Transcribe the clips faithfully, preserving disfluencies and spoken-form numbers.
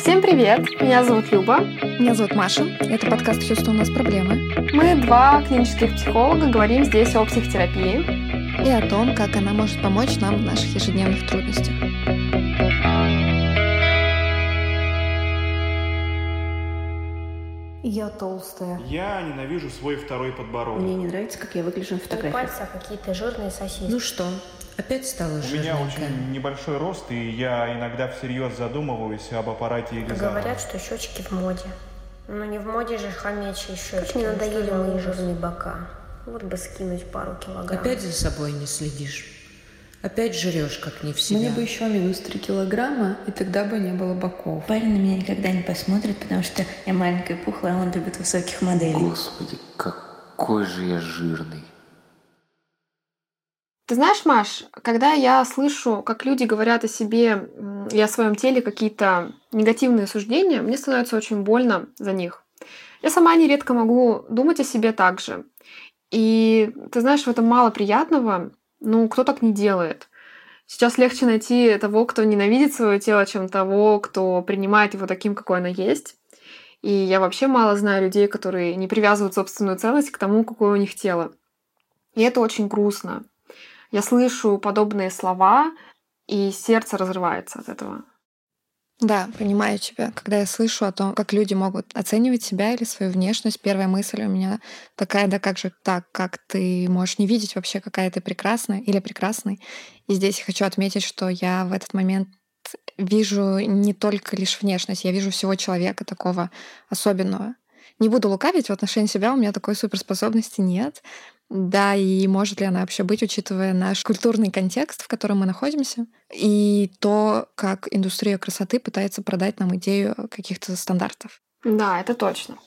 Всем привет! Меня зовут Люба. Меня зовут Маша. Это подкаст «Хьюстон, у нас проблемы». Мы два клинических психолога, говорим здесь о психотерапии. И о том, как она может помочь нам в наших ежедневных трудностях. Я толстая. Я ненавижу свой второй подбородок. Мне не нравится, как я выгляжу на фотографии. У пальца какие-то жирные сосиски. Ну что, опять стала жирненькая? У меня очень небольшой рост, и я иногда всерьез задумываюсь об аппарате Елизарова. Говорят, что щечки в моде. Но не в моде же хомячьи щечки. Как мне надоели мои жирные бока. Вот бы скинуть пару килограмм. Опять за собой не следишь? Опять жрешь, как не в себя? Мне бы еще минус три килограмма, и тогда бы не было боков. Парень на меня никогда не посмотрит, потому что я маленькая пухлая, а он любит высоких моделей. Господи, какой же я жирный. Ты знаешь, Маш, когда я слышу, как люди говорят о себе и о своем теле какие-то негативные суждения, мне становится очень больно за них. Я сама нередко могу думать о себе так же. И ты знаешь, в этом мало приятного. Ну, кто так не делает? Сейчас легче найти того, кто ненавидит свое тело, чем того, кто принимает его таким, какой оно есть. И я вообще мало знаю людей, которые не привязывают собственную ценность к тому, какое у них тело. И это очень грустно. Я слышу подобные слова, и сердце разрывается от этого. Да, понимаю тебя. Когда я слышу о том, как люди могут оценивать себя или свою внешность, первая мысль у меня такая: да как же так, как ты можешь не видеть вообще, какая ты прекрасная или прекрасный. И здесь я хочу отметить, что я в этот момент вижу не только лишь внешность, я вижу всего человека такого особенного. Не буду лукавить, в отношении себя у меня такой суперспособности нет. Да, и может ли она вообще быть, учитывая наш культурный контекст, в котором мы находимся, и то, как индустрия красоты пытается продать нам идею каких-то стандартов. Да, это точно.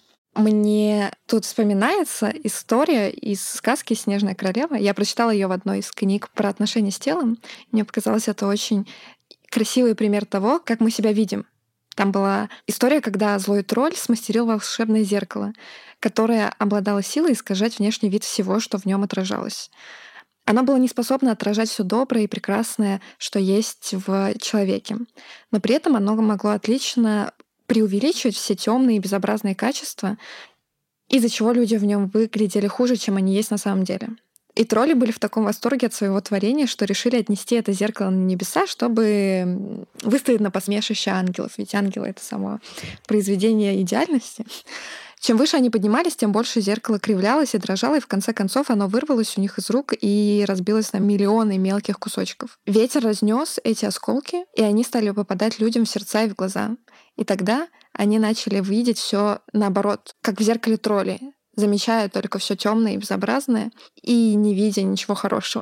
Мне тут вспоминается история из сказки «Снежная королева». Я прочитала ее в одной из книг про отношения с телом. Мне показалось это очень красивый пример того, как мы себя видим. Там была история, когда злой тролль смастерил волшебное зеркало, которое обладало силой искажать внешний вид всего, что в нем отражалось. Оно было не способно отражать все доброе и прекрасное, что есть в человеке. Но при этом оно могло отлично преувеличивать все темные и безобразные качества, из-за чего люди в нем выглядели хуже, чем они есть на самом деле. И тролли были в таком восторге от своего творения, что решили отнести это зеркало на небеса, чтобы выставить на посмешище ангелов. Ведь ангелы — это само произведение идеальности. Чем выше они поднимались, тем больше зеркало кривлялось и дрожало, и в конце концов оно вырвалось у них из рук и разбилось на миллионы мелких кусочков. Ветер разнес эти осколки, и они стали попадать людям в сердца и в глаза. И тогда они начали видеть все наоборот, как в зеркале тролли, замечая только все темное и безобразное и не видя ничего хорошего.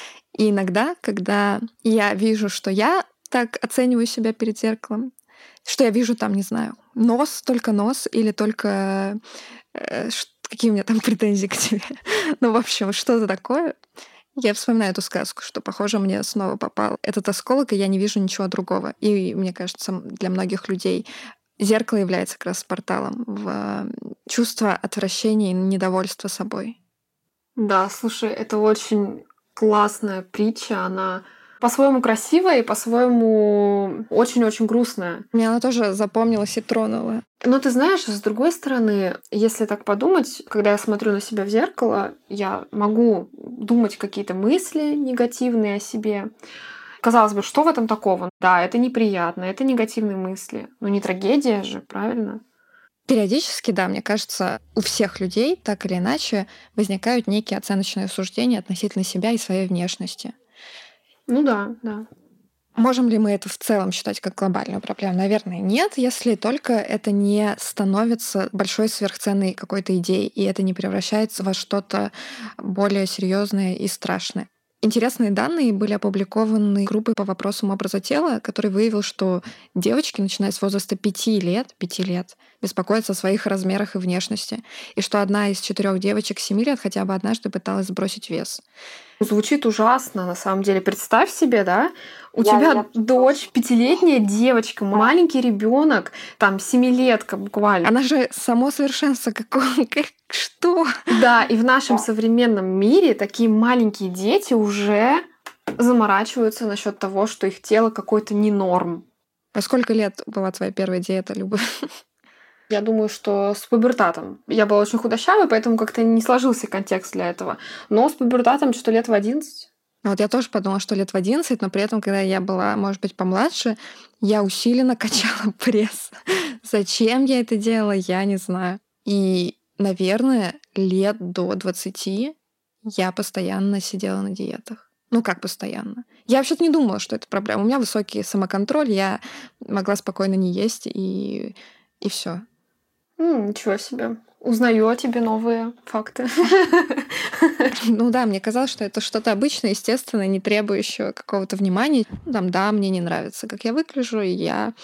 И иногда, когда я вижу, что я так оцениваю себя перед зеркалом, что я вижу там, не знаю, нос, только нос, или только э, какие у меня там претензии к тебе. Ну, в общем, что-то такое. Я вспоминаю эту сказку, что, похоже, мне снова попал этот осколок, и я не вижу ничего другого. И мне кажется, для многих людей зеркало является как раз порталом в чувство отвращения и недовольства собой. Да, слушай, это очень классная притча. Она по-своему красивая и по-своему очень-очень грустная. Мне она тоже запомнилась и тронула. Но ты знаешь, с другой стороны, если так подумать, когда я смотрю на себя в зеркало, я могу думать какие-то мысли негативные о себе. Казалось бы, что в этом такого? Да, это неприятно, это негативные мысли. Но не трагедия же, правильно? Периодически, да, мне кажется, у всех людей так или иначе возникают некие оценочные суждения относительно себя и своей внешности. Ну да, да. Можем ли мы это в целом считать как глобальную проблему? Наверное, нет, если только это не становится большой сверхценной какой-то идеей, и это не превращается во что-то более серьезное и страшное. Интересные данные были опубликованы группой по вопросам образа тела, который выявил, что девочки, начиная с возраста пяти лет, пяти лет, беспокоятся о своих размерах и внешности, и что одна из четырех девочек семи лет хотя бы однажды пыталась сбросить вес. Звучит ужасно, на самом деле. Представь себе, да? У Я- тебя я- дочь, пятилетняя девочка, маленький ребенок, там, семилетка буквально. Она же само совершенство какое. Как- Что? Да, и в нашем современном мире такие маленькие дети уже заморачиваются насчет того, что их тело какой-то не норм. Во сколько лет была твоя первая диета, Люба? Я думаю, что с пубертатом. Я была очень худощавой, поэтому как-то не сложился контекст для этого. Но с пубертатом что-то лет в одиннадцать. Вот я тоже подумала, что лет в одиннадцать, но при этом, когда я была, может быть, помладше, я усиленно качала пресс. Зачем я это делала, я не знаю. И, наверное, лет до двадцати я постоянно сидела на диетах. Ну, как постоянно? Я вообще-то не думала, что это проблема. У меня высокий самоконтроль, я могла спокойно не есть, и, и все. М, ничего себе. Узнаю о тебе новые факты. Ну да, мне казалось, что это что-то обычное, естественное, не требующее какого-то внимания. Ну, там, да, мне не нравится, как я выгляжу, и я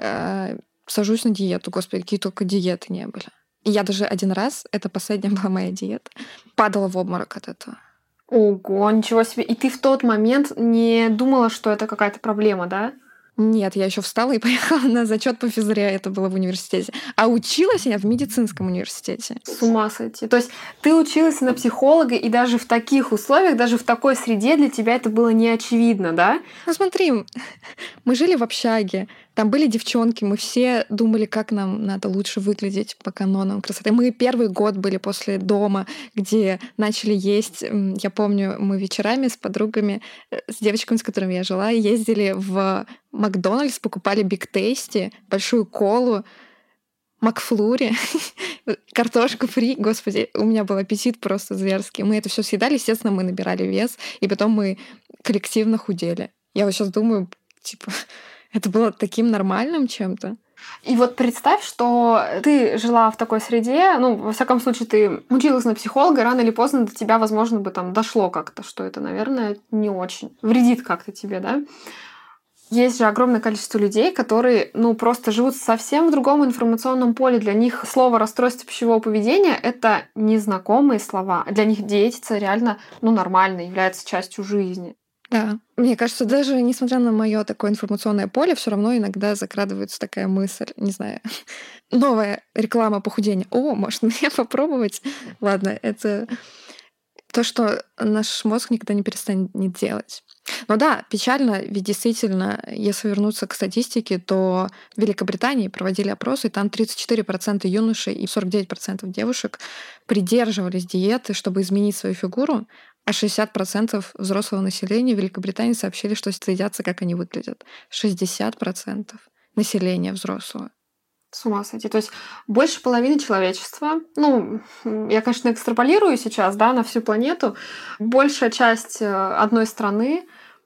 э, сажусь на диету. Господи, какие только диеты не были. И я даже один раз, это последняя была моя диета, падала в обморок от этого. Ого, ничего себе. И ты в тот момент не думала, что это какая-то проблема, да? Нет, я еще встала и поехала на зачет по физре, это было в университете. А училась я в медицинском университете. С ума сойти. То есть ты училась на психолога, и даже в таких условиях, даже в такой среде для тебя это было не очевидно, да? Ну смотри, мы жили в общаге, там были девчонки, мы все думали, как нам надо лучше выглядеть по канонам красоты. Мы первый год были после дома, где начали есть. Я помню, мы вечерами с подругами, с девочками, с которыми я жила, ездили в Макдональдс, покупали Биг Тейсти, большую колу, Макфлури, картошку фри. Господи, у меня был аппетит просто зверский. Мы это все съедали, естественно, мы набирали вес, и потом мы коллективно худели. Я вот сейчас думаю, типа, это было таким нормальным чем-то. И вот представь, что ты жила в такой среде, ну, во всяком случае, ты училась на психолога, рано или поздно до тебя, возможно, бы там дошло как-то, что это, наверное, не очень вредит как-то тебе, да? Есть же огромное количество людей, которые, ну, просто живут совсем в другом информационном поле. Для них слово «расстройство пищевого поведения» — это незнакомые слова. Для них диетиться реально, ну, нормально, является частью жизни. Да. Мне кажется, даже несмотря на мое такое информационное поле, все равно иногда закрадывается такая мысль, не знаю, новая реклама похудения. О, может, мне попробовать? Ладно, это то, что наш мозг никогда не перестанет делать. Но да, печально, ведь действительно, если вернуться к статистике, то в Великобритании проводили опросы, и там тридцать четыре процента юношей и сорок девять процентов девушек придерживались диеты, чтобы изменить свою фигуру, а шестьдесят процентов взрослого населения Великобритании сообщили, что стыдятся, как они выглядят. шестьдесят процентов населения взрослого. С ума сойти. То есть больше половины человечества, ну, я, конечно, экстраполирую сейчас, да, на всю планету, большая часть одной страны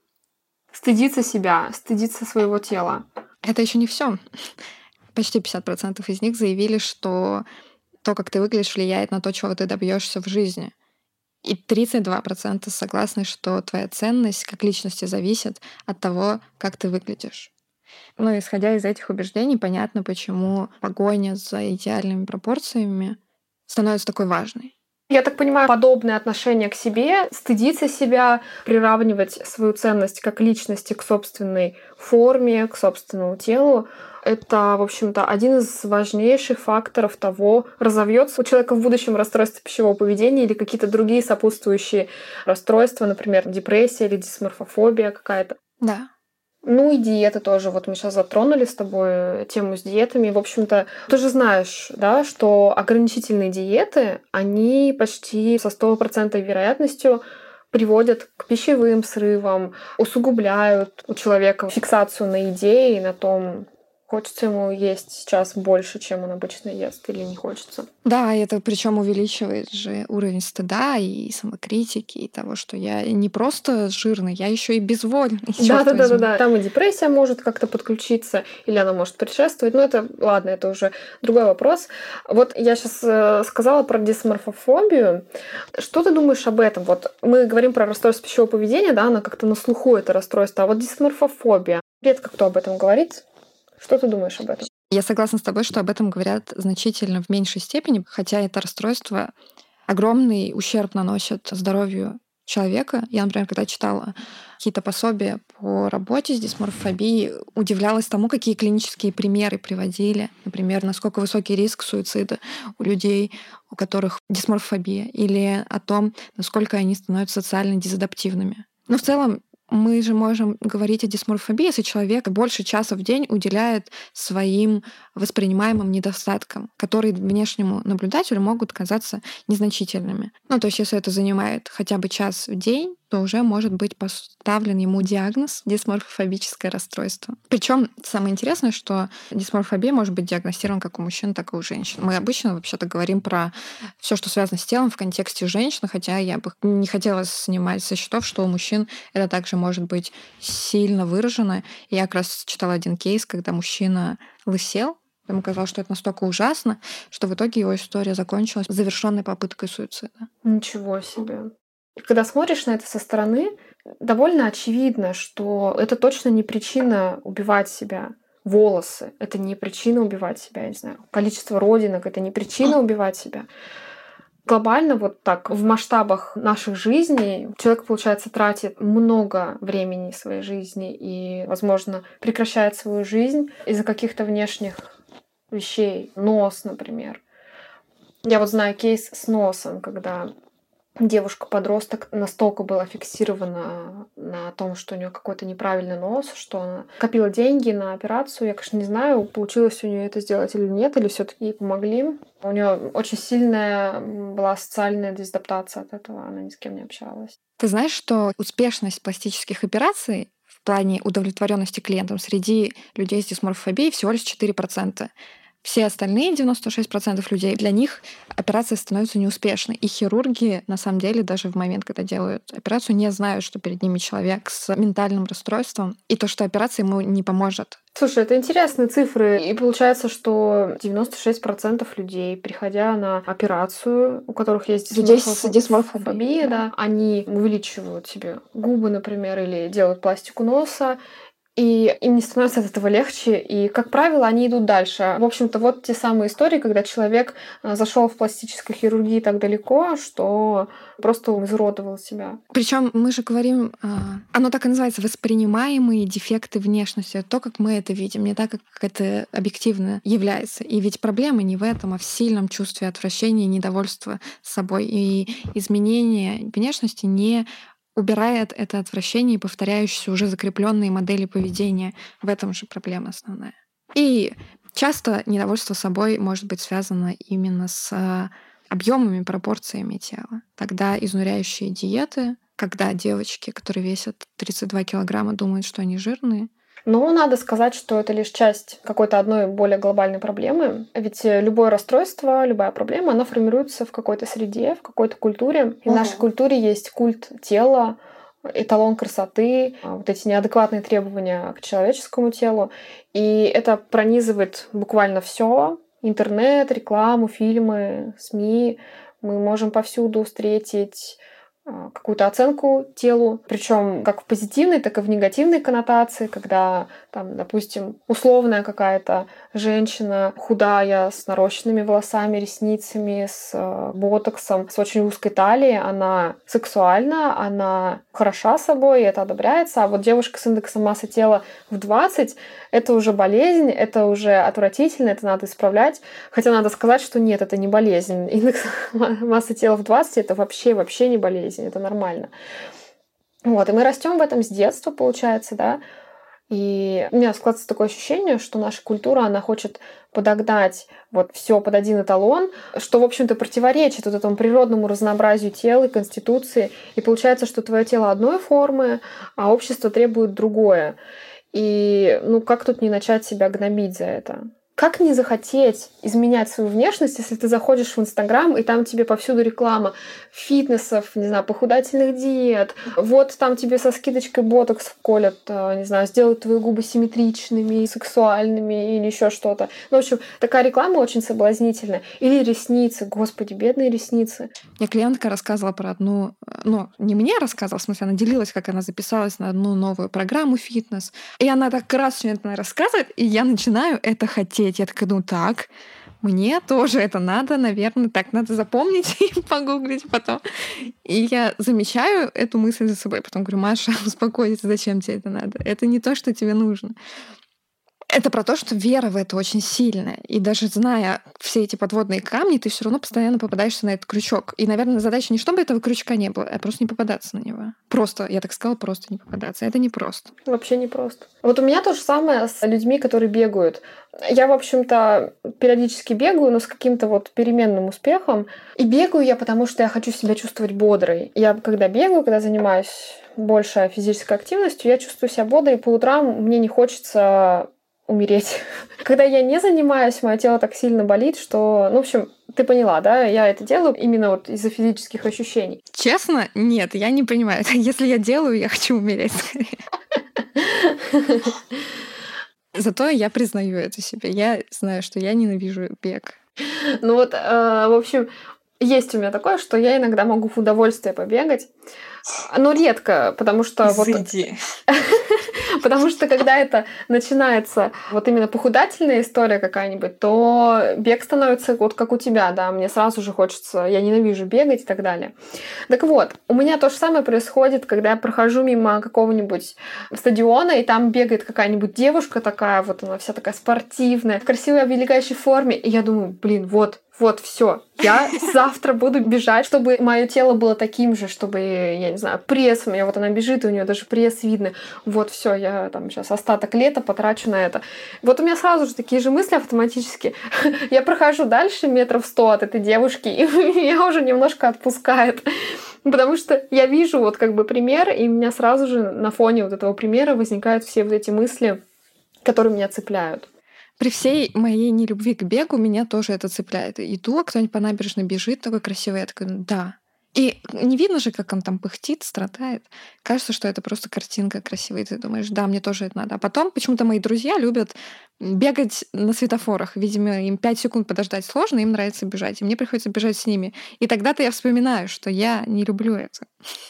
стыдится себя, стыдится своего тела. Это еще не все. Почти пятьдесят процентов из них заявили, что то, как ты выглядишь, влияет на то, чего ты добьешься в жизни. И тридцать два процента согласны, что твоя ценность как личности зависит от того, как ты выглядишь. Но исходя из этих убеждений, понятно, почему погоня за идеальными пропорциями становится такой важной. Я так понимаю, подобное отношение к себе, стыдиться себя, приравнивать свою ценность как личности к собственной форме, к собственному телу, это, в общем-то, один из важнейших факторов того, разовьется у человека в будущем расстройство пищевого поведения или какие-то другие сопутствующие расстройства, например, депрессия или дисморфофобия какая-то. Да. Ну и диеты тоже. Вот мы сейчас затронули с тобой тему с диетами. В общем-то, ты же знаешь, да, что ограничительные диеты, они почти со стопроцентной вероятностью приводят к пищевым срывам, усугубляют у человека фиксацию на еде и на том, хочется ему есть сейчас больше, чем он обычно ест, или не хочется. Да, это причем увеличивает же уровень стыда и самокритики, и того, что я не просто жирный, я еще и безвольный. Да, да, да, да, да. Там и депрессия может как-то подключиться, или она может предшествовать. Но это, ладно, это уже другой вопрос. Вот я сейчас сказала про дисморфофобию. Что ты думаешь об этом? Вот мы говорим про расстройство пищевого поведения, да, она как-то на слуху, это расстройство. А вот дисморфофобия. Редко кто об этом говорит. Что ты думаешь об этом? Я согласна с тобой, что об этом говорят значительно в меньшей степени, хотя это расстройство огромный ущерб наносит здоровью человека. Я, например, когда читала какие-то пособия по работе с дисморфофобией, удивлялась тому, какие клинические примеры приводили. Например, насколько высокий риск суицида у людей, у которых дисморфофобия, или о том, насколько они становятся социально дезадаптивными. Но в целом мы же можем говорить о дисморфобии, если человек больше часа в день уделяет своим воспринимаемым недостаткам, которые внешнему наблюдателю могут казаться незначительными. Ну, то есть если это занимает хотя бы час в день, то уже может быть поставлен ему диагноз дисморфобическое расстройство. Причем самое интересное, что дисморфобия может быть диагностирована как у мужчин, так и у женщин. Мы обычно вообще-то говорим про все, что связано с телом в контексте женщин, хотя я бы не хотела снимать со счетов, что у мужчин это также может быть сильно выражено. Я как раз читала один кейс, когда мужчина лысел. Ему казалось, что это настолько ужасно, что в итоге его история закончилась завершенной попыткой суицида. Ничего себе. Когда смотришь на это со стороны, довольно очевидно, что это точно не причина убивать себя. Волосы — это не причина убивать себя, я не знаю. Количество родинок — это не причина убивать себя. Глобально вот так, в масштабах наших жизней, человек, получается, тратит много времени своей жизни и, возможно, прекращает свою жизнь из-за каких-то внешних вещей. Нос, например. Я вот знаю кейс с носом, когда девушка-подросток настолько была фиксирована на том, что у нее какой-то неправильный нос, что она копила деньги на операцию. Я, конечно, не знаю, получилось у нее это сделать или нет, или все-таки ей помогли. У нее очень сильная была социальная дезадаптация от этого, она ни с кем не общалась. Ты знаешь, что успешность пластических операций в плане удовлетворенности клиентам среди людей с дисморфобией всего лишь четыре процента. Все остальные девяносто шесть процентов людей, для них операция становится неуспешной. И хирурги, на самом деле, даже в момент, когда делают операцию, не знают, что перед ними человек с ментальным расстройством, и то, что операция ему не поможет. Слушай, это интересные цифры. И получается, что девяносто шесть процентов людей, приходя на операцию, у которых есть дисморфобия, дисморфобия да, они увеличивают себе губы, например, или делают пластику носа, и им не становится от этого легче, и, как правило, они идут дальше. В общем-то, вот те самые истории, когда человек зашел в пластической хирургии так далеко, что просто изуродовал себя. Причем мы же говорим, оно так и называется, воспринимаемые дефекты внешности. Это то, как мы это видим, не так, как это объективно является. И ведь проблема не в этом, а в сильном чувстве отвращения и недовольства собой. И изменение внешности не убирает это отвращение и повторяющиеся уже закрепленные модели поведения. В этом же проблема основная. И часто недовольство собой может быть связано именно с объемами, пропорциями тела. Тогда изнуряющие диеты, когда девочки, которые весят тридцать два килограмма, думают, что они жирные. Но надо сказать, что это лишь часть какой-то одной более глобальной проблемы. Ведь любое расстройство, любая проблема, она формируется в какой-то среде, в какой-то культуре. И в нашей культуре есть культ тела, эталон красоты, вот эти неадекватные требования к человеческому телу. И это пронизывает буквально все: интернет, рекламу, фильмы, СМИ. Мы можем повсюду встретить какую-то оценку телу, причем как в позитивной, так и в негативной коннотации, когда там, допустим, условная какая-то женщина худая, с нарощенными волосами, ресницами, с ботоксом, с очень узкой талией, она сексуальна, она хороша собой, и это одобряется, а вот девушка с индексом массы тела в двадцать — это уже болезнь, это уже отвратительно, это надо исправлять. Хотя надо сказать, что нет, это не болезнь. Индекс массы тела в двадцать — это вообще, вообще не болезнь, это нормально. Вот, и мы растем в этом с детства, получается, да. И у меня складывается такое ощущение, что наша культура, она хочет подогнать вот все под один эталон, что, в общем-то, противоречит вот этому природному разнообразию тела и конституции. И получается, что твое тело одной формы, а общество требует другое. И ну как тут не начать себя гнобить за это? Как не захотеть изменять свою внешность, если ты заходишь в Инстаграм, и там тебе повсюду реклама фитнесов, не знаю, похудательных диет. Вот там тебе со скидочкой ботокс вколят, не знаю, сделают твои губы симметричными, сексуальными или еще что-то. Ну, в общем, такая реклама очень соблазнительная. Или ресницы. Господи, бедные ресницы. Мне клиентка рассказывала про одну... Ну, не мне рассказывала, в смысле, она делилась, как она записалась на одну новую программу фитнес. И она так красочно рассказывает, и я начинаю это хотеть. Я такая, ну так, мне тоже это надо, наверное, так надо запомнить и погуглить потом. И я замечаю эту мысль за собой, потом говорю: Маша, успокойся, зачем тебе это надо? Это не то, что тебе нужно. Это про то, что вера в это очень сильная. И даже зная все эти подводные камни, ты все равно постоянно попадаешься на этот крючок. И, наверное, задача не чтобы этого крючка не было, а просто не попадаться на него. Просто, я так сказала, просто не попадаться. Это не просто. Вообще не просто. Вот у меня то же самое с людьми, которые бегают. Я, в общем-то, периодически бегаю, но с каким-то вот переменным успехом. И бегаю я, потому что я хочу себя чувствовать бодрой. Я когда бегаю, когда занимаюсь больше физической активностью, я чувствую себя бодрой. По утрам мне не хочется умереть. Когда я не занимаюсь, мое тело так сильно болит, что... Ну, в общем, ты поняла, да? Я это делаю именно вот из-за физических ощущений. Честно? Нет, я не понимаю. Если я делаю, я хочу умереть скорее. Зато я признаю это себе. Я знаю, что я ненавижу бег. Ну вот, э, в общем, есть у меня такое, что я иногда могу в удовольствие побегать. Но редко, потому что... Изыди. Вот... Потому что когда это начинается вот именно похудательная история какая-нибудь, то бег становится вот как у тебя, да, мне сразу же хочется, я ненавижу бегать и так далее. Так вот, у меня то же самое происходит, когда я прохожу мимо какого-нибудь стадиона, и там бегает какая-нибудь девушка такая, вот она вся такая спортивная, в красивой облегающей форме, и я думаю, блин, вот, вот, все. Я завтра буду бежать, чтобы мое тело было таким же, чтобы, я не знаю, пресс у меня, вот она бежит, и у нее даже пресс видно. Вот, все, я там сейчас остаток лета потрачу на это. Вот у меня сразу же такие же мысли автоматически. Я прохожу дальше метров сто от этой девушки, и меня уже немножко отпускает. Потому что я вижу вот как бы пример, и у меня сразу же на фоне вот этого примера возникают все вот эти мысли, которые меня цепляют. При всей моей нелюбви к бегу меня тоже это цепляет. Иду, а кто-нибудь по набережной бежит, такой красивый, я такой, да. И не видно же, как он там пыхтит, страдает. Кажется, что это просто картинка красивая, и ты думаешь, да, мне тоже это надо. А потом почему-то мои друзья любят бегать на светофорах. Видимо, им пять секунд подождать сложно, им нравится бежать. И мне приходится бежать с ними. И тогда-то я вспоминаю, что я не люблю это.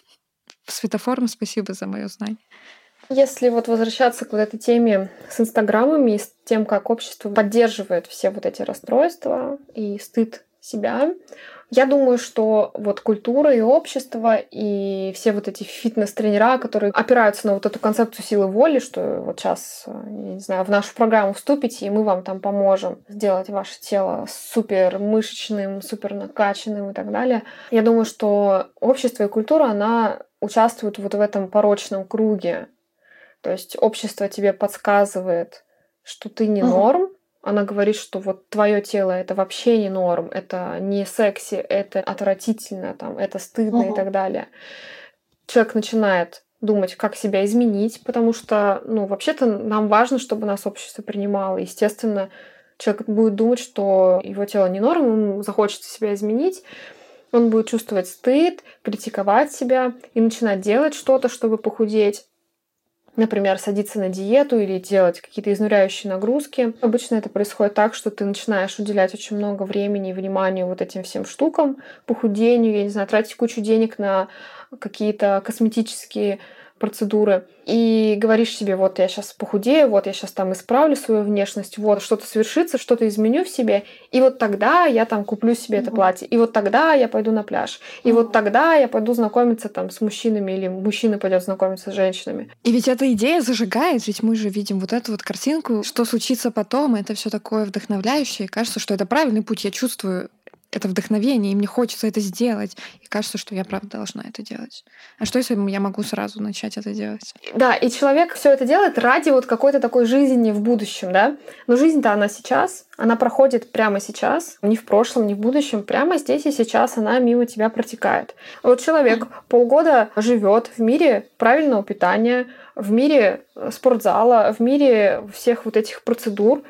Светофорам спасибо за мое знание. Если вот возвращаться к вот этой теме с инстаграмами и с тем, как общество поддерживает все вот эти расстройства и стыд себя, я думаю, что вот культура и общество, и все вот эти фитнес-тренера, которые опираются на вот эту концепцию силы воли, что вот сейчас, я не знаю, в нашу программу вступите, и мы вам там поможем сделать ваше тело супер мышечным, супер накачанным и так далее. Я думаю, что общество и культура, она участвует вот в этом порочном круге. То есть общество тебе подсказывает, что ты не норм. Она говорит, что вот твое тело это вообще не норм, это не секси, это отвратительно, там, это стыдно uh-huh. и так далее. Человек начинает думать, как себя изменить, потому что, ну, вообще-то нам важно, чтобы нас общество принимало. Естественно, человек будет думать, что его тело не норм, ему захочется себя изменить. Он будет чувствовать стыд, критиковать себя и начинать делать что-то, чтобы похудеть. Например, садиться на диету или делать какие-то изнуряющие нагрузки. Обычно это происходит так, что ты начинаешь уделять очень много времени и внимания вот этим всем штукам, похудению, я не знаю, тратить кучу денег на какие-то косметические процедуры. И говоришь себе, вот я сейчас похудею, вот я сейчас там исправлю свою внешность, вот что-то свершится, что-то изменю в себе, и вот тогда я там куплю себе mm-hmm. это платье, и вот тогда я пойду на пляж, и mm-hmm. вот тогда я пойду знакомиться там с мужчинами, или мужчина пойдет знакомиться с женщинами. И ведь эта идея зажигает, ведь мы же видим вот эту вот картинку, что случится потом, это все такое вдохновляющее, и кажется, что это правильный путь, я чувствую это вдохновение, и мне хочется это сделать. И кажется, что я правда должна это делать. А что, если я могу сразу начать это делать? Да, и человек все это делает ради вот какой-то такой жизни в будущем, да? Но жизнь-то она сейчас, она проходит прямо сейчас, не в прошлом, не в будущем, прямо здесь и сейчас она мимо тебя протекает. Вот человек полгода живет в мире правильного питания, в мире спортзала, в мире всех вот этих процедур.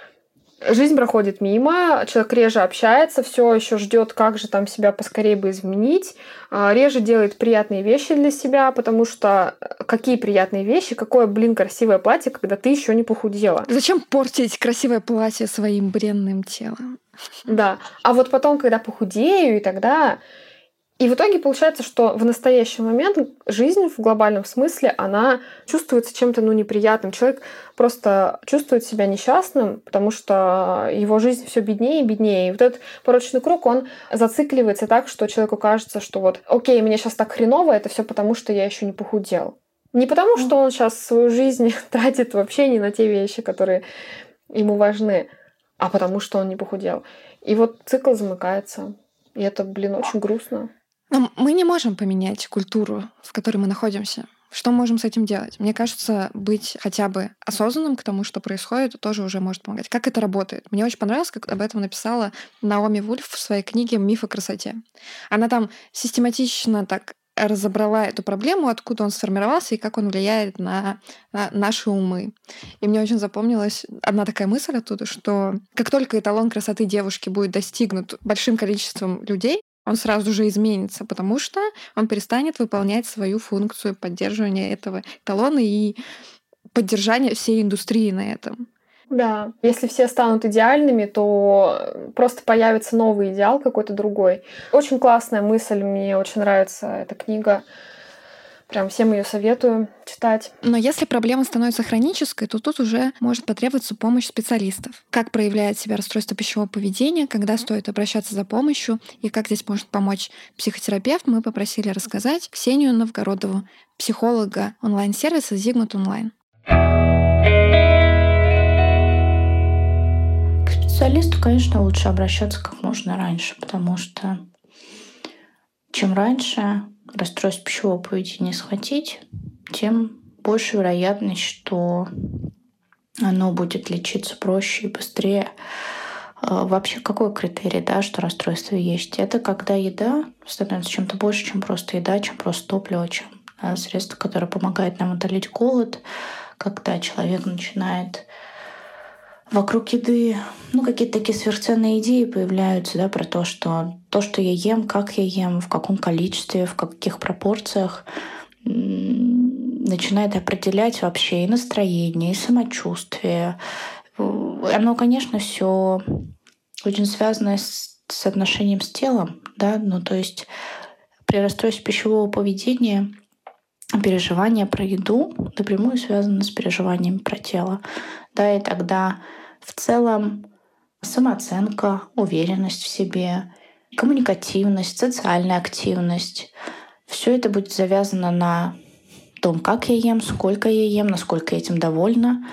Жизнь проходит мимо, человек реже общается, все еще ждет, как же там себя поскорее бы изменить, реже делает приятные вещи для себя, потому что какие приятные вещи, какое, блин, красивое платье, когда ты еще не похудела. Зачем портить красивое платье своим бренным телом? Да, а вот потом, когда похудею, и тогда... И в итоге получается, что в настоящий момент жизнь в глобальном смысле, она чувствуется чем-то, ну, неприятным. Человек просто чувствует себя несчастным, потому что его жизнь все беднее и беднее. И вот этот порочный круг, он зацикливается так, что человеку кажется, что вот, окей, мне сейчас так хреново, это все потому, что я еще не похудел. Не потому, что он сейчас свою жизнь тратит вообще не на те вещи, которые ему важны, а потому что он не похудел. И вот цикл замыкается. И это, блин, очень грустно. Но мы не можем поменять культуру, в которой мы находимся. Что мы можем с этим делать? Мне кажется, быть хотя бы осознанным к тому, что происходит, тоже уже может помогать. Как это работает? Мне очень понравилось, как об этом написала Наоми Вульф в своей книге «Миф о красоте». Она там систематично так разобрала эту проблему, откуда он сформировался и как он влияет на, на наши умы. И мне очень запомнилась одна такая мысль оттуда, что как только эталон красоты девушки будет достигнут большим количеством людей, он сразу же изменится, потому что он перестанет выполнять свою функцию поддерживания этого эталона и поддержания всей индустрии на этом. Да, если все станут идеальными, то просто появится новый идеал какой-то другой. Очень классная мысль, мне очень нравится эта книга. Прям всем ее советую читать. Но если проблема становится хронической, то тут уже может потребоваться помощь специалистов. Как проявляет себя расстройство пищевого поведения, когда стоит обращаться за помощью и как здесь может помочь психотерапевт, мы попросили рассказать Ксению Новгородову, психолога онлайн-сервиса Zigmund Online. К специалисту, конечно, лучше обращаться как можно раньше, потому что чем раньше расстройство пищевого поведения схватить, тем больше вероятность, что оно будет лечиться проще и быстрее. Вообще, какой критерий, да, что расстройство есть? Это когда еда становится чем-то больше, чем просто еда, чем просто топливо, чем средство, которое помогает нам утолить голод, когда человек начинает вокруг еды, ну, какие-то такие сверхценные идеи появляются, да, про то, что то, что я ем, как я ем, в каком количестве, в каких пропорциях, начинает определять вообще и настроение, и самочувствие. Оно, конечно, все очень связано с, с отношением с телом, да, ну, то есть при расстройстве пищевого поведения переживания про еду напрямую связаны с переживаниями про тело, да, и тогда в целом самооценка, уверенность в себе, коммуникативность, социальная активность. Все это будет завязано на том, как я ем, сколько я ем, насколько я этим довольна,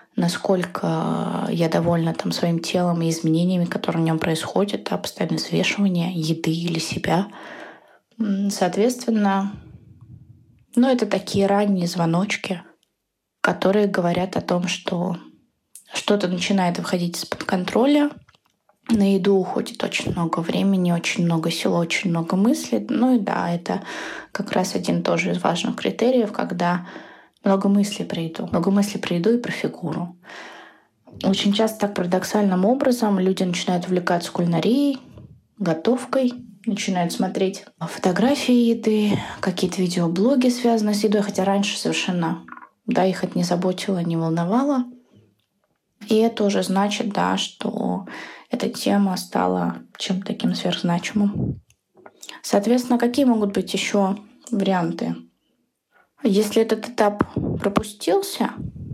насколько я довольна там, своим телом и изменениями, которые в нем происходят, да, постоянное взвешивание еды или себя. Соответственно, ну, это такие ранние звоночки, которые говорят о том, что что-то начинает выходить из-под контроля. На еду уходит очень много времени, очень много сил, очень много мыслей. Ну и да, это как раз один тоже из важных критериев, когда много мыслей про еду. Много мыслей про еду и про фигуру. Очень часто так парадоксальным образом люди начинают увлекаться кулинарией, готовкой, начинают смотреть фотографии еды, какие-то видеоблоги, связанные с едой, хотя раньше совершенно, да, их это не заботило, не волновало. И это уже значит, да, что эта тема стала чем-то таким сверхзначимым. Соответственно, какие могут быть еще варианты? Если этот этап пропустился,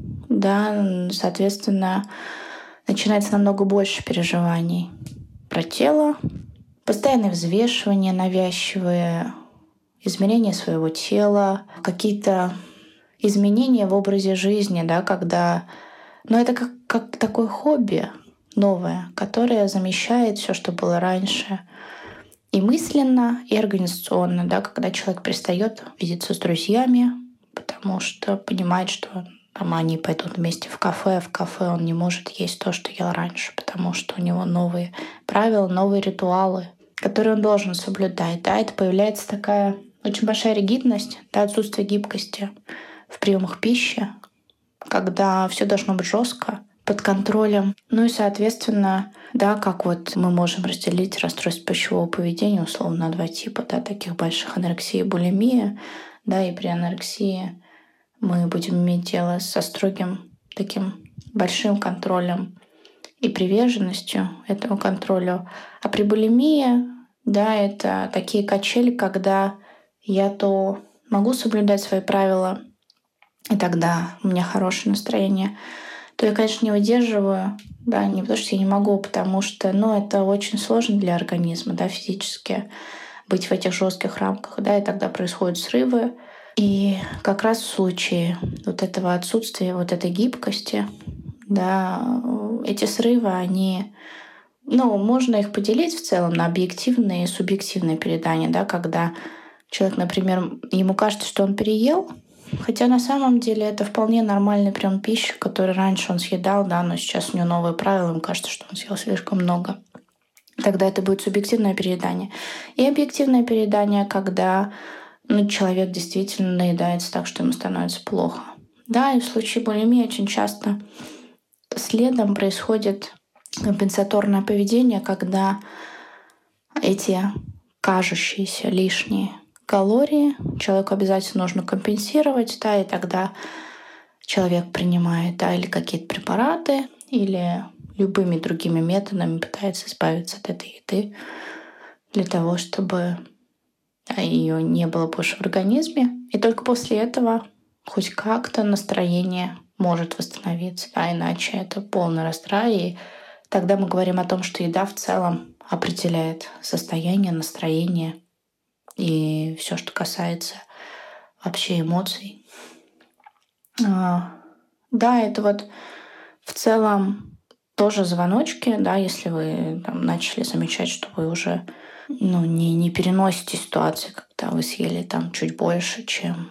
да, соответственно, начинается намного больше переживаний про тело, постоянное взвешивание навязчивые, измерение своего тела, какие-то изменения в образе жизни, да, когда... Но это как, как такое хобби новое, которое замещает все, что было раньше. И мысленно, и организационно, да, когда человек перестает видеться с друзьями, потому что понимает, что там они пойдут вместе в кафе, а в кафе он не может есть то, что ел раньше, потому что у него новые правила, новые ритуалы, которые он должен соблюдать. Да, это появляется такая очень большая ригидность, да, отсутствие гибкости в приемах пищи, когда все должно быть жестко, под контролем. Ну и, соответственно, да, как вот мы можем разделить расстройство пищевого поведения условно на два типа, да, таких больших: анорексия и булимия, да, и при анорексии мы будем иметь дело со строгим таким большим контролем и приверженностью этому контролю. А при булимии, да, это такие качели, когда я то могу соблюдать свои правила, и тогда у меня хорошее настроение, то я, конечно, не выдерживаю, да, не потому что я не могу, потому что, ну, это очень сложно для организма, да, физически быть в этих жестких рамках, да, и тогда происходят срывы, И как раз в случае вот этого отсутствия, вот этой гибкости, да, эти срывы, они, ну, можно их поделить в целом на объективные и субъективные передания, да, когда человек, например, ему кажется, что он переел, хотя на самом деле это вполне нормальный прием пищи, который раньше он съедал, да, но сейчас у него новые правила, ему кажется, что он съел слишком много. Тогда это будет субъективное переедание. И объективное переедание, когда ну, человек действительно наедается так, что ему становится плохо. Да, и в случае булимии очень часто следом происходит компенсаторное поведение, когда эти кажущиеся лишние калории человеку обязательно нужно компенсировать, да, и тогда человек принимает да, или какие-то препараты, или любыми другими методами пытается избавиться от этой еды для того, чтобы ее не было больше в организме. И только после этого хоть как-то настроение может восстановиться. А иначе это полный раздрай. И тогда мы говорим о том, что еда в целом определяет состояние, настроение и все, что касается вообще эмоций. Да, это вот в целом тоже звоночки, да, если вы там, начали замечать, что вы уже ну, не, не переносите ситуации, когда вы съели там чуть больше, чем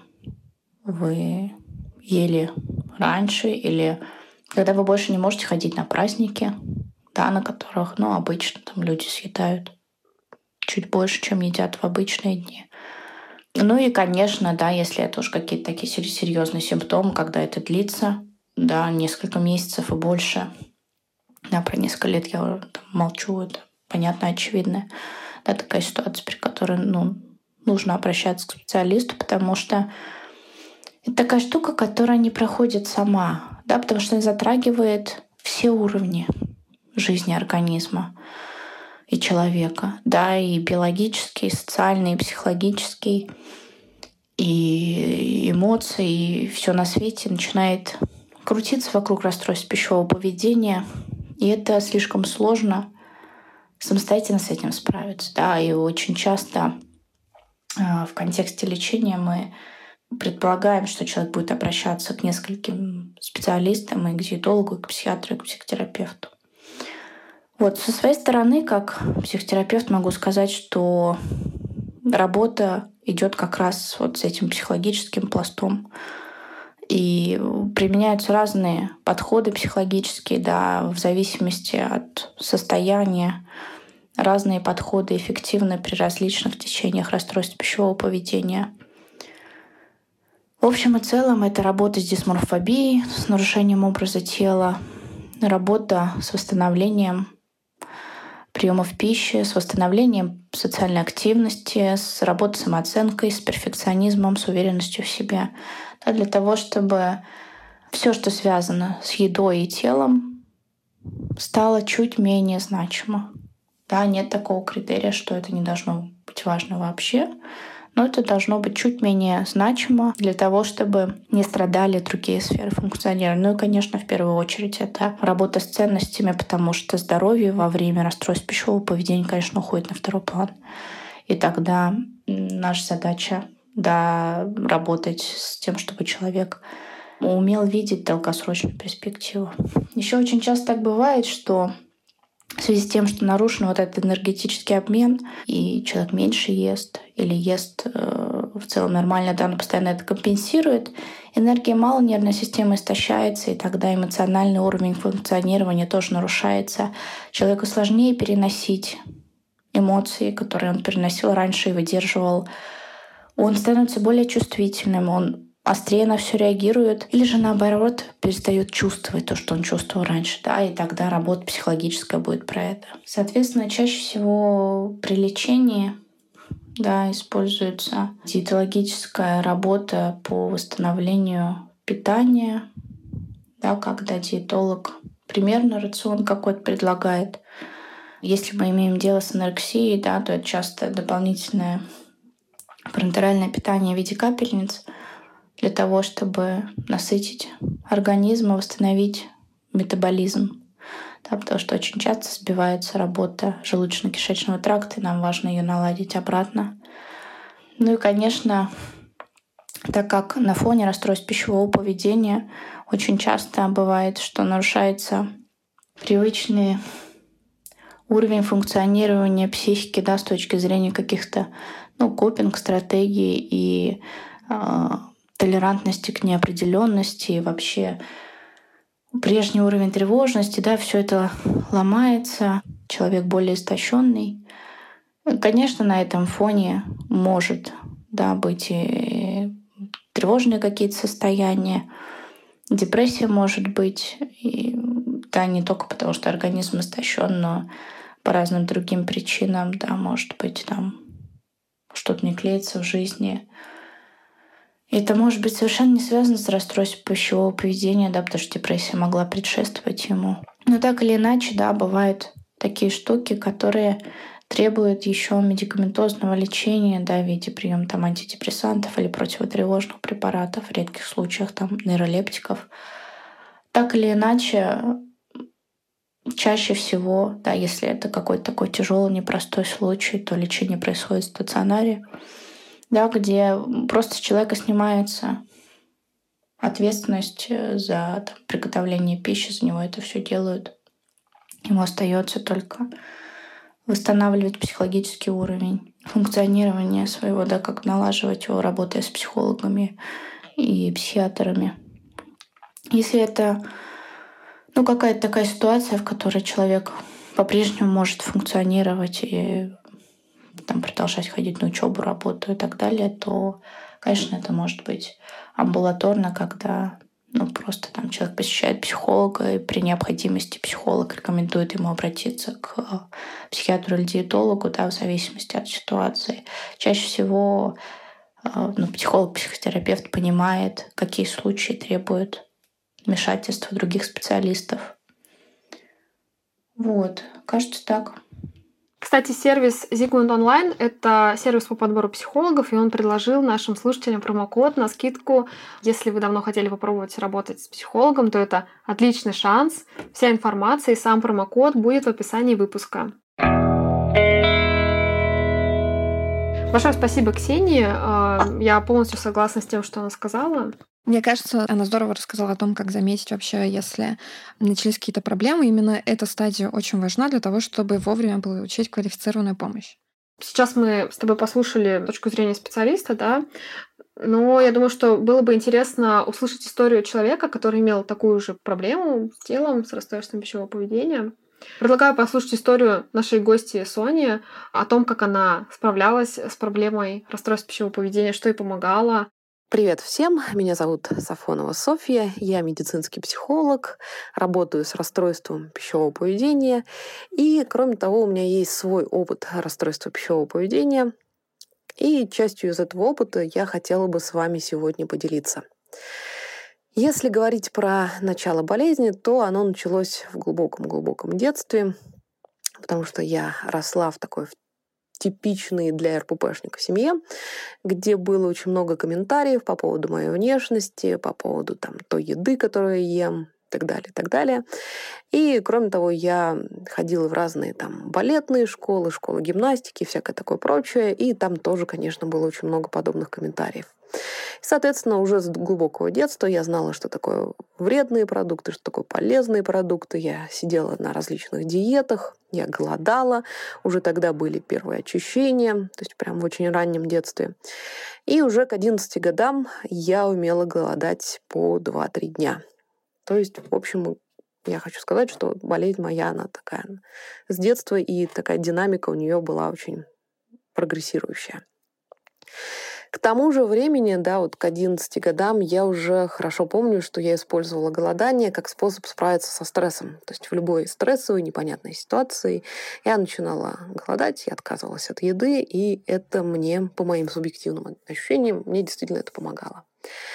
вы ели раньше, или когда вы больше не можете ходить на праздники, да, на которых, ну, обычно там люди съедают чуть больше, чем едят в обычные дни. Ну и, конечно, да, если это уж какие-то такие серьезные симптомы, когда это длится, да, несколько месяцев и больше, да, про несколько лет я там, молчу, это понятно, очевидно. Да, такая ситуация, при которой ну, нужно обращаться к специалисту, потому что это такая штука, которая не проходит сама, да, потому что она затрагивает все уровни жизни организма и человека, да, и биологический, и социальный, и психологический, и эмоции, и все на свете начинает крутиться вокруг расстройств пищевого поведения, и это слишком сложно самостоятельно с этим справиться. Да? И очень часто э, в контексте лечения мы предполагаем, что человек будет обращаться к нескольким специалистам, и к диетологу, и к психиатру, и к психотерапевту. Вот, со своей стороны, как психотерапевт, могу сказать, что работа идет как раз вот с этим психологическим пластом. И применяются разные подходы психологические, да, в зависимости от состояния. Разные подходы эффективны при различных течениях расстройств пищевого поведения. В общем и целом, это работа с дисморфобией, с нарушением образа тела, работа с восстановлением приемов пищи, с восстановлением социальной активности, с работой с самооценкой, с перфекционизмом, с уверенностью в себе. Да, для того, чтобы все, что связано с едой и телом, стало чуть менее значимо. Да, нет такого критерия, что это не должно быть важно вообще, но это должно быть чуть менее значимо для того, чтобы не страдали другие сферы функционирования. Ну и, конечно, в первую очередь это работа с ценностями, потому что здоровье во время расстройств пищевого поведения, конечно, уходит на второй план. И тогда наша задача да, работать с тем, чтобы человек умел видеть долгосрочную перспективу. Еще очень часто так бывает, что в связи с тем, что нарушен вот этот энергетический обмен, и человек меньше ест или ест э, в целом нормально, да, но постоянно это компенсирует, энергии мало, нервная система истощается, и тогда эмоциональный уровень функционирования тоже нарушается. Человеку сложнее переносить эмоции, которые он переносил раньше и выдерживал. Он становится более чувствительным, он острее на все реагирует, или же наоборот перестает чувствовать то, что он чувствовал раньше, да, и тогда работа психологическая будет про это. Соответственно, чаще всего при лечении да, используется диетологическая работа по восстановлению питания, да, когда диетолог примерно рацион какой-то предлагает. Если мы имеем дело с анорексией, да, то это часто дополнительное парентеральное питание в виде капельниц для того, чтобы насытить организм и восстановить метаболизм. Да, потому что очень часто сбивается работа желудочно-кишечного тракта, и нам важно ее наладить обратно. Ну и, конечно, так как на фоне расстройств пищевого поведения очень часто бывает, что нарушается привычный уровень функционирования психики, да, с точки зрения каких-то ну, копинг-стратегий и э, толерантности к неопределенности, и вообще прежний уровень тревожности, да, все это ломается, человек более истощенный. Конечно, на этом фоне может, да, быть и тревожные какие-то состояния, депрессия может быть, и, да, не только потому, что организм истощен, но по разным другим причинам, да, может быть, там что-то не клеится в жизни. И это может быть совершенно не связано с расстройством пищевого поведения, да, потому что депрессия могла предшествовать ему. Но так или иначе, да, бывают такие штуки, которые требуют еще медикаментозного лечения, да, в виде приема там антидепрессантов или противотревожных препаратов, в редких случаях там нейролептиков. Так или иначе, чаще всего, да, если это какой-то такой тяжелый, непростой случай, то лечение происходит в стационаре, да, где просто с человека снимается ответственность за там, приготовление пищи, за него это все делают. Ему остается только восстанавливать психологический уровень функционирования своего, да, как налаживать его, работая с психологами и психиатрами. Если это ну, какая-то такая ситуация, в которой человек по-прежнему может функционировать и там, продолжать ходить на учебу, работу и так далее, то, конечно, это может быть амбулаторно, когда ну, просто там человек посещает психолога, и при необходимости психолог рекомендует ему обратиться к психиатру или диетологу, да, в зависимости от ситуации. Чаще всего ну, психолог, психотерапевт понимает, какие случаи требуют вмешательства других специалистов. Вот, кажется, так. Кстати, сервис Zigmund Online — это сервис по подбору психологов, и он предложил нашим слушателям промокод на скидку. Если вы давно хотели попробовать работать с психологом, то это отличный шанс. Вся информация и сам промокод будет в описании выпуска. Большое спасибо Ксении. Я полностью согласна с тем, что она сказала. Мне кажется, она здорово рассказала о том, как заметить вообще, если начались какие-то проблемы. Именно эта стадия очень важна для того, чтобы вовремя получить квалифицированную помощь. Сейчас мы с тобой послушали точку зрения специалиста, да, но я думаю, что было бы интересно услышать историю человека, который имел такую же проблему с телом, с расстройством пищевого поведения. Предлагаю послушать историю нашей гости Сони о том, как она справлялась с проблемой расстройства пищевого поведения, что ей помогало. Привет всем, меня зовут Сафонова Софья, я медицинский психолог, работаю с расстройством пищевого поведения, и, кроме того, у меня есть свой опыт расстройства пищевого поведения, и частью из этого опыта я хотела бы с вами сегодня поделиться. Если говорить про начало болезни, то оно началось в глубоком-глубоком детстве, потому что я росла в такой типичной для эр пэ пэшника семье, где было очень много комментариев по поводу моей внешности, по поводу там, той еды, которую я ем, и так далее, и так далее. И, кроме того, я ходила в разные там балетные школы, школы гимнастики, всякое такое прочее, и там тоже, конечно, было очень много подобных комментариев. И, соответственно, уже с глубокого детства я знала, что такое вредные продукты, что такое полезные продукты. Я сидела на различных диетах, я голодала. Уже тогда были первые очищения, то есть прям в очень раннем детстве. И уже к одиннадцати годам я умела голодать по два-три дня. То есть, в общем, я хочу сказать, что болезнь моя, она такая с детства, и такая динамика у нее была очень прогрессирующая. К тому же времени, да, вот к одиннадцати годам я уже хорошо помню, что я использовала голодание как способ справиться со стрессом. То есть в любой стрессовой, непонятной ситуации я начинала голодать, я отказывалась от еды, и это мне, по моим субъективным ощущениям, мне действительно это помогало.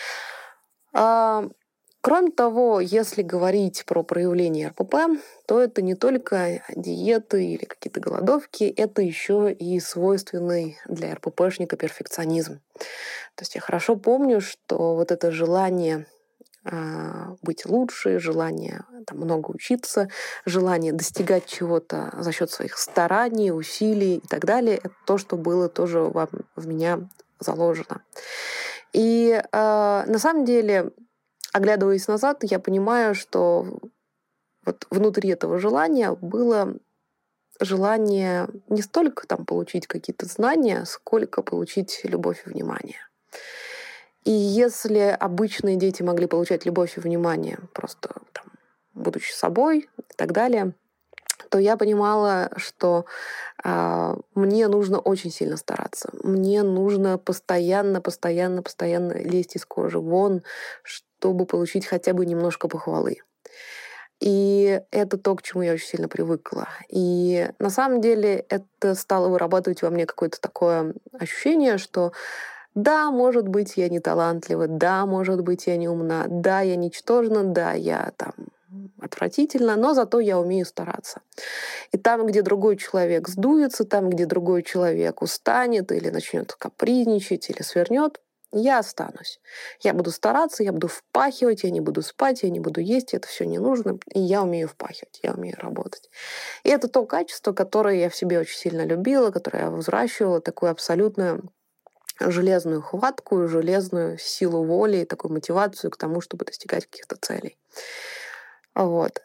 А, кроме того, если говорить про проявление эр пэ пэ, то это не только диеты или какие-то голодовки, это еще и свойственный для эр пэ пэшника перфекционизм. То есть я хорошо помню, что вот это желание э, быть лучше, желание там, много учиться, желание достигать чего-то за счет своих стараний, усилий и так далее, это то, что было тоже в, в меня заложено. И э, на самом деле, оглядываясь назад, я понимаю, что вот внутри этого желания было желание не столько там получить какие-то знания, сколько получить любовь и внимание. И если обычные дети могли получать любовь и внимание, просто там, будучи собой и так далее, то я понимала, что э, мне нужно очень сильно стараться. Мне нужно постоянно, постоянно, постоянно лезть из кожи вон, чтобы получить хотя бы немножко похвалы. И это то, к чему я очень сильно привыкла. И на самом деле это стало вырабатывать во мне какое-то такое ощущение, что да, может быть, я не талантлива, да, может быть, я не умна, да, я ничтожна, да, я там отвратительно, но зато я умею стараться. И там, где другой человек сдуется, там, где другой человек устанет или начнет капризничать или свернет, я останусь. Я буду стараться, я буду впахивать, я не буду спать, я не буду есть, это все не нужно, и я умею впахивать, я умею работать. И это то качество, которое я в себе очень сильно любила, которое я взращивала, такую абсолютную железную хватку, железную силу воли и такую мотивацию к тому, чтобы достигать каких-то целей. Вот.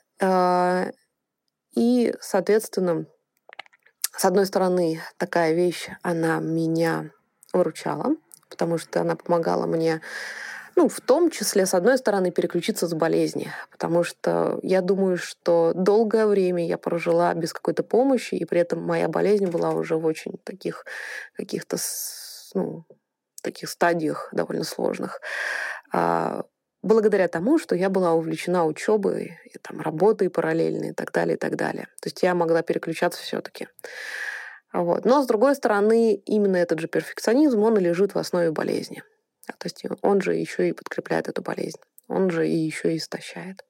И, соответственно, с одной стороны, такая вещь, она меня выручала, потому что она помогала мне, ну, в том числе, с одной стороны, переключиться с болезни, потому что я думаю, что долгое время я прожила без какой-то помощи, и при этом моя болезнь была уже в очень таких каких-то, ну, таких стадиях довольно сложных, благодаря тому, что я была увлечена учебой, и, там, работой параллельной и так далее, и так далее. То есть я могла переключаться все-таки. Вот. Но, с другой стороны, именно этот же перфекционизм, он и лежит в основе болезни. То есть он же еще и подкрепляет эту болезнь. Он же и еще и истощает.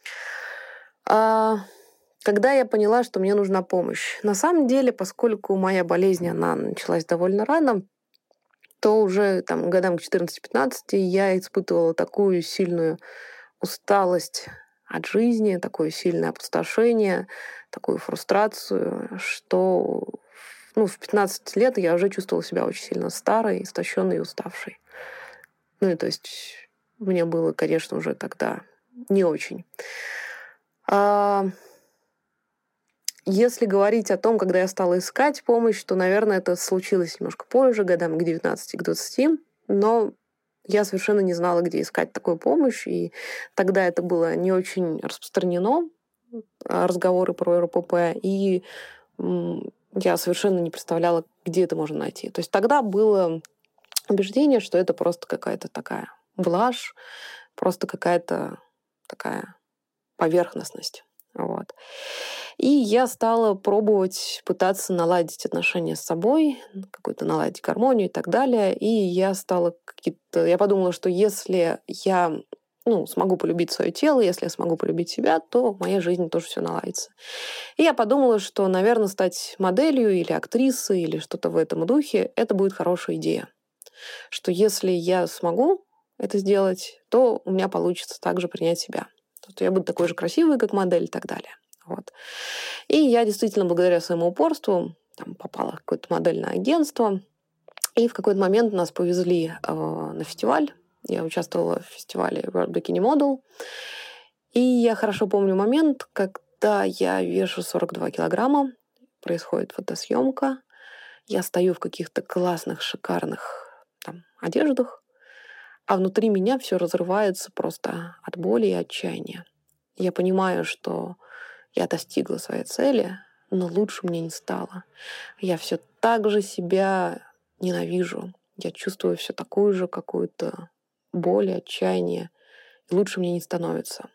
А когда я поняла, что мне нужна помощь, на самом деле, поскольку моя болезнь, она началась довольно рано, то уже там, годам к четырнадцати-пятнадцати я испытывала такую сильную усталость от жизни, такое сильное опустошение, такую фрустрацию, что ну, в пятнадцать лет я уже чувствовала себя очень сильно старой, истощенной и уставшей. Ну и то есть мне было, конечно, уже тогда не очень. А если говорить о том, когда я стала искать помощь, то, наверное, это случилось немножко позже, годам к девятнадцати, к двадцати, но я совершенно не знала, где искать такую помощь, и тогда это было не очень распространено, разговоры про эр пэ пэ, и я совершенно не представляла, где это можно найти. То есть тогда было убеждение, что это просто какая-то такая блажь, просто какая-то такая поверхностность. Вот. И я стала пробовать, пытаться наладить отношения с собой, какую-то наладить гармонию и так далее. И я стала какие-то... Я подумала, что если я ну, смогу полюбить свое тело, если я смогу полюбить себя, то в моей жизни тоже все наладится. И я подумала, что, наверное, стать моделью или актрисой или что-то в этом духе, это будет хорошая идея. Что если я смогу это сделать, то у меня получится также принять себя. То я буду такой же красивой, как модель и так далее. Вот. И я действительно, благодаря своему упорству, там, попала в какое-то модельное агентство. И в какой-то момент нас повезли э, на фестиваль. Я участвовала в фестивале World Bikini Model. И я хорошо помню момент, когда я вешу сорок два килограмма, происходит фотосъемка. Я стою в каких-то классных, шикарных там, одеждах, а внутри меня все разрывается просто от боли и отчаяния. Я понимаю, что я достигла своей цели, но лучше мне не стало. Я все так же себя ненавижу. Я чувствую все такую же какую-то боль, отчаяние. И лучше мне не становится.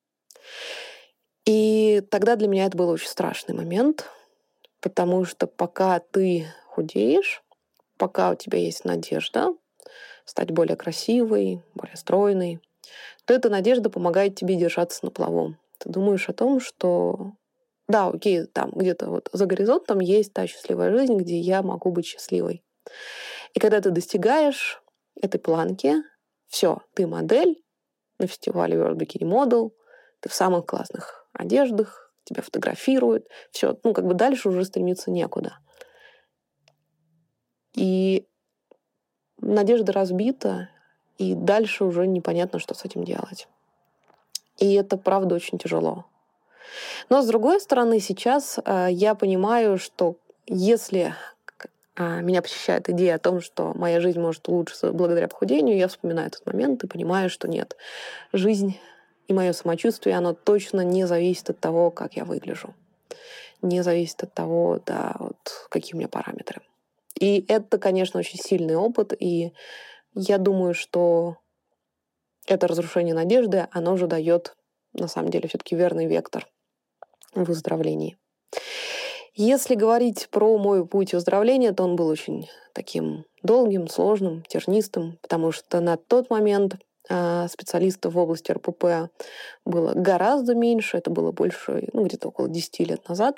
И тогда для меня это был очень страшный момент, потому что пока ты худеешь, пока у тебя есть надежда стать более красивой, более стройной, то эта надежда помогает тебе держаться на плаву. Ты думаешь о том, что да, окей, там где-то вот за горизонтом есть та счастливая жизнь, где я могу быть счастливой. И когда ты достигаешь этой планки, все, ты модель на фестивале World Bikini Model, ты в самых классных одеждах, тебя фотографируют, все, ну как бы дальше уже стремиться некуда. И надежда разбита, и дальше уже непонятно, что с этим делать. И это, правда, очень тяжело. Но, с другой стороны, сейчас э, я понимаю, что если э, меня посещает идея о том, что моя жизнь может улучшиться благодаря похудению, я вспоминаю этот момент и понимаю, что нет. Жизнь и мое самочувствие, оно точно не зависит от того, как я выгляжу. Не зависит от того, да, вот, какие у меня параметры. И это, конечно, очень сильный опыт, и я думаю, что это разрушение надежды, оно же дает, на самом деле, все-таки верный вектор в выздоровлении. Если говорить про мой путь выздоровления, то он был очень таким долгим, сложным, тернистым, потому что на тот момент э, специалистов в области эр пэ пэ было гораздо меньше, это было больше, ну, где-то около десяти лет назад.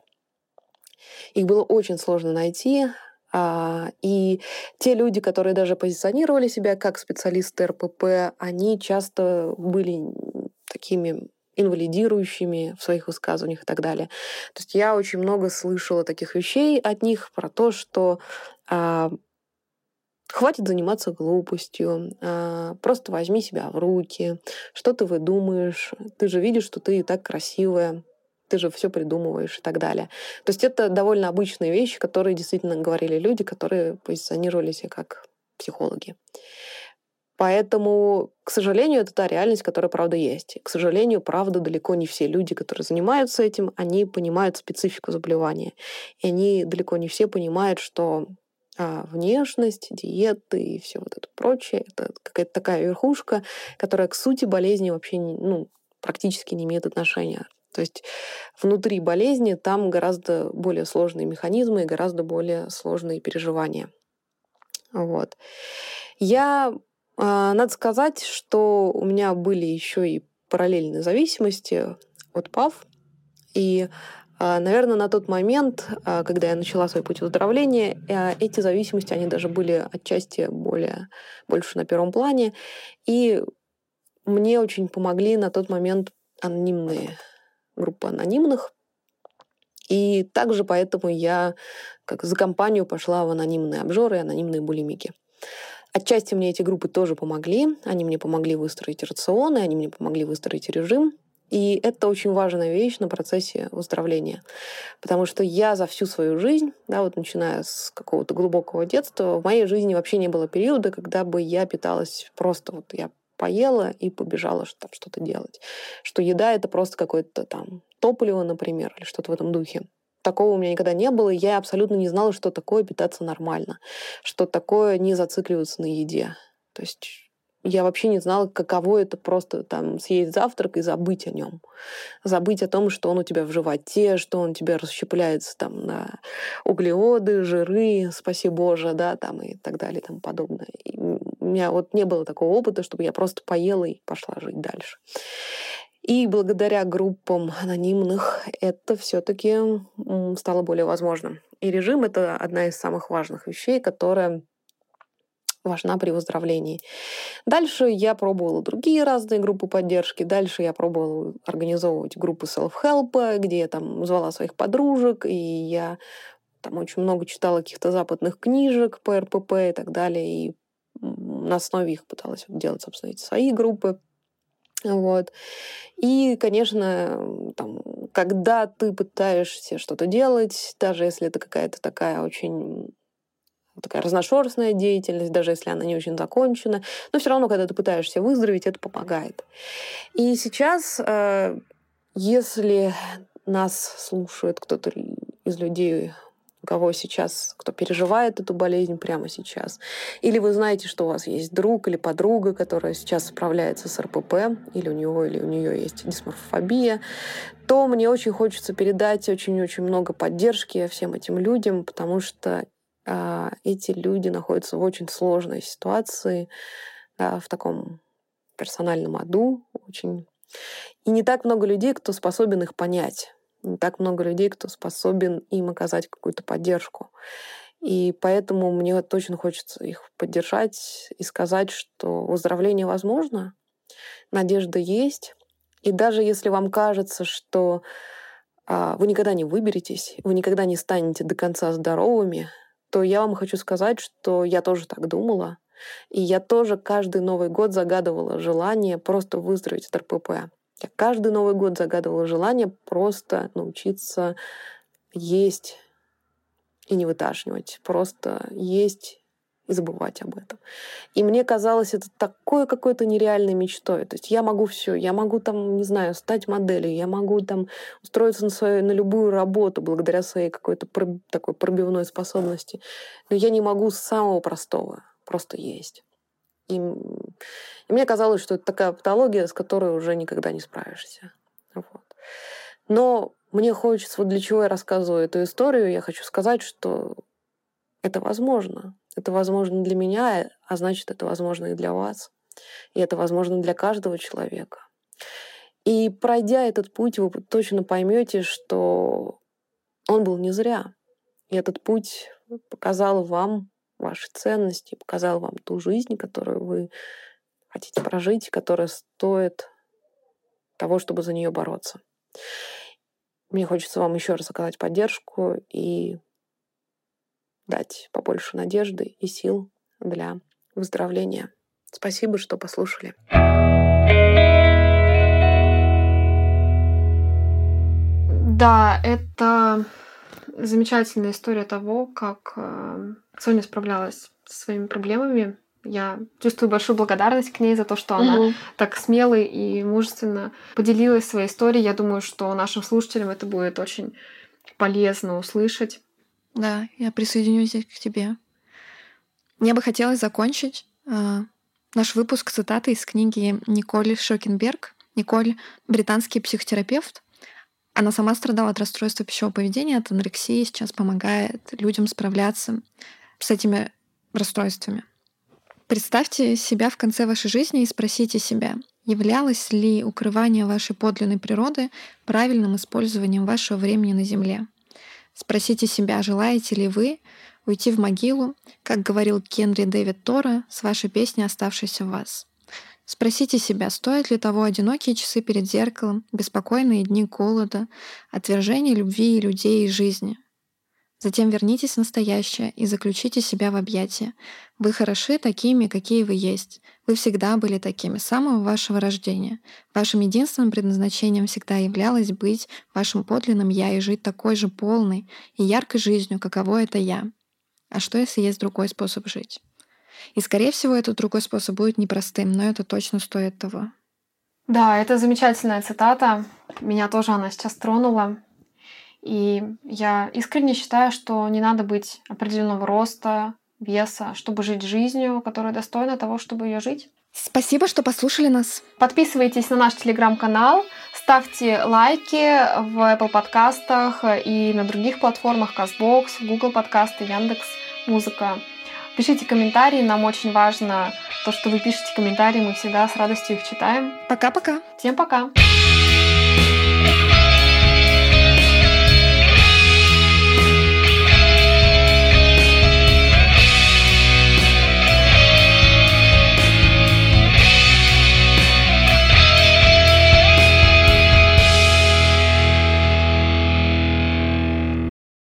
Их было очень сложно найти, э, и те люди, которые даже позиционировали себя как специалисты эр пэ пэ, они часто были такими инвалидирующими в своих высказываниях и так далее. То есть я очень много слышала таких вещей от них про то, что э, хватит заниматься глупостью, э, просто возьми себя в руки, что ты выдумаешь, ты же видишь, что ты и так красивая, ты же все придумываешь и так далее. То есть это довольно обычные вещи, которые действительно говорили люди, которые позиционировали себя как психологи. Поэтому, к сожалению, это та реальность, которая, правда, есть. К сожалению, правда, далеко не все люди, которые занимаются этим, они понимают специфику заболевания. И они далеко не все понимают, что а, внешность, диеты и все вот это прочее — это какая-то такая верхушка, которая к сути болезни вообще не, ну, практически не имеет отношения. То есть внутри болезни там гораздо более сложные механизмы и гораздо более сложные переживания. Вот. Я Надо сказать, что у меня были еще и параллельные зависимости от ПАВ. И, наверное, на тот момент, когда я начала свой путь выздоровления, эти зависимости, они даже были отчасти более, больше на первом плане. И мне очень помогли на тот момент анонимные группы анонимных. И также поэтому я как за компанию пошла в анонимные обжоры и анонимные булимики. Отчасти мне эти группы тоже помогли. Они мне помогли выстроить рационы, они мне помогли выстроить режим. И это очень важная вещь на процессе выздоровления. Потому что я за всю свою жизнь, да, вот начиная с какого-то глубокого детства, в моей жизни вообще не было периода, когда бы я питалась просто вот я поела и побежала там что-то делать. Что еда — это просто какое-то там топливо, например, или что-то в этом духе. Такого у меня никогда не было, и я абсолютно не знала, что такое питаться нормально, что такое не зацикливаться на еде. То есть я вообще не знала, каково это просто там съесть завтрак и забыть о нем. Забыть о том, что он у тебя в животе, что он у тебя расщепляется там на углеводы, жиры, спаси Боже, да, там и так далее и тому подобное. И у меня вот не было такого опыта, чтобы я просто поела и пошла жить дальше. И благодаря группам анонимных это все-таки стало более возможным. И режим — это одна из самых важных вещей, которая важна при выздоровлении. Дальше я пробовала другие разные группы поддержки. Дальше я пробовала организовывать группы self-help, где я там звала своих подружек, и я там очень много читала каких-то западных книжек по эр пэ пэ и так далее. И на основе их пыталась делать, собственно, эти свои группы. Вот. И, конечно, там, когда ты пытаешься что-то делать, даже если это какая-то такая очень такая разношерстная деятельность, даже если она не очень закончена, но все равно, когда ты пытаешься выздороветь, это помогает. И сейчас, если нас слушает кто-то из людей, у кого сейчас, кто переживает эту болезнь прямо сейчас, или вы знаете, что у вас есть друг или подруга, которая сейчас справляется с эр пэ пэ, или у него или у нее есть дисморфофобия, то мне очень хочется передать очень-очень много поддержки всем этим людям, потому что э, эти люди находятся в очень сложной ситуации, э, в таком персональном аду очень. И не так много людей, кто способен их понять. Не так много людей, кто способен им оказать какую-то поддержку. И поэтому мне точно хочется их поддержать и сказать, что выздоровление возможно, надежда есть. И даже если вам кажется, что а, вы никогда не выберетесь, вы никогда не станете до конца здоровыми, то я вам хочу сказать, что я тоже так думала. И я тоже каждый Новый год загадывала желание просто выздороветь от эр пэ пэ. Я каждый Новый год загадывала желание просто научиться есть и не выташнивать, просто есть и забывать об этом. И мне казалось, это такой какой-то нереальной мечтой. То есть я могу все, я могу там, не знаю, стать моделью, я могу там устроиться на, свою, на любую работу благодаря своей какой-то проб, такой пробивной способности. Но я не могу самого простого просто есть. И, и мне казалось, что это такая патология, с которой уже никогда не справишься. Вот. Но мне хочется, вот для чего я рассказываю эту историю, я хочу сказать, что это возможно. Это возможно для меня, а значит, это возможно и для вас. И это возможно для каждого человека. И пройдя этот путь, вы точно поймете, что он был не зря. И этот путь показал вам ваши ценности, показал вам ту жизнь, которую вы хотите прожить, которая стоит того, чтобы за нее бороться. Мне хочется вам еще раз оказать поддержку и дать побольше надежды и сил для выздоровления. Спасибо, что послушали. Да, это замечательная история того, как э, Соня справлялась со своими проблемами. Я чувствую большую благодарность к ней за то, что она угу. так смело и мужественно поделилась своей историей. Я думаю, что нашим слушателям это будет очень полезно услышать. Да, я присоединюсь к тебе. Мне бы хотелось закончить э, наш выпуск цитатой из книги Николь Шокенберг. Николь — британский психотерапевт. Она сама страдала от расстройства пищевого поведения, от анорексии, сейчас помогает людям справляться с этими расстройствами. Представьте себя в конце вашей жизни и спросите себя, являлось ли укрывание вашей подлинной природы правильным использованием вашего времени на Земле. Спросите себя, желаете ли вы уйти в могилу, как говорил Генри Дэвид Торо, с вашей песней, оставшейся в вас. Спросите себя, стоят ли того одинокие часы перед зеркалом, беспокойные дни голода, отвержение любви и людей и жизни. Затем вернитесь в настоящее и заключите себя в объятия. Вы хороши такими, какие вы есть. Вы всегда были такими, с самого вашего рождения. Вашим единственным предназначением всегда являлось быть вашим подлинным «я» и жить такой же полной и яркой жизнью, каково это «я». А что, если есть другой способ жить? И, скорее всего, этот другой способ будет непростым, но это точно стоит того. Да, это замечательная цитата. Меня тоже она сейчас тронула. И я искренне считаю, что не надо быть определенного роста, веса, чтобы жить жизнью, которая достойна того, чтобы ее жить. Спасибо, что послушали нас. Подписывайтесь на наш телеграм-канал, ставьте лайки в Apple подкастах и на других платформах CastBox, Google подкасты, Яндекс.Музыка. Пишите комментарии, нам очень важно то, что вы пишете комментарии, мы всегда с радостью их читаем. Пока-пока. Всем пока.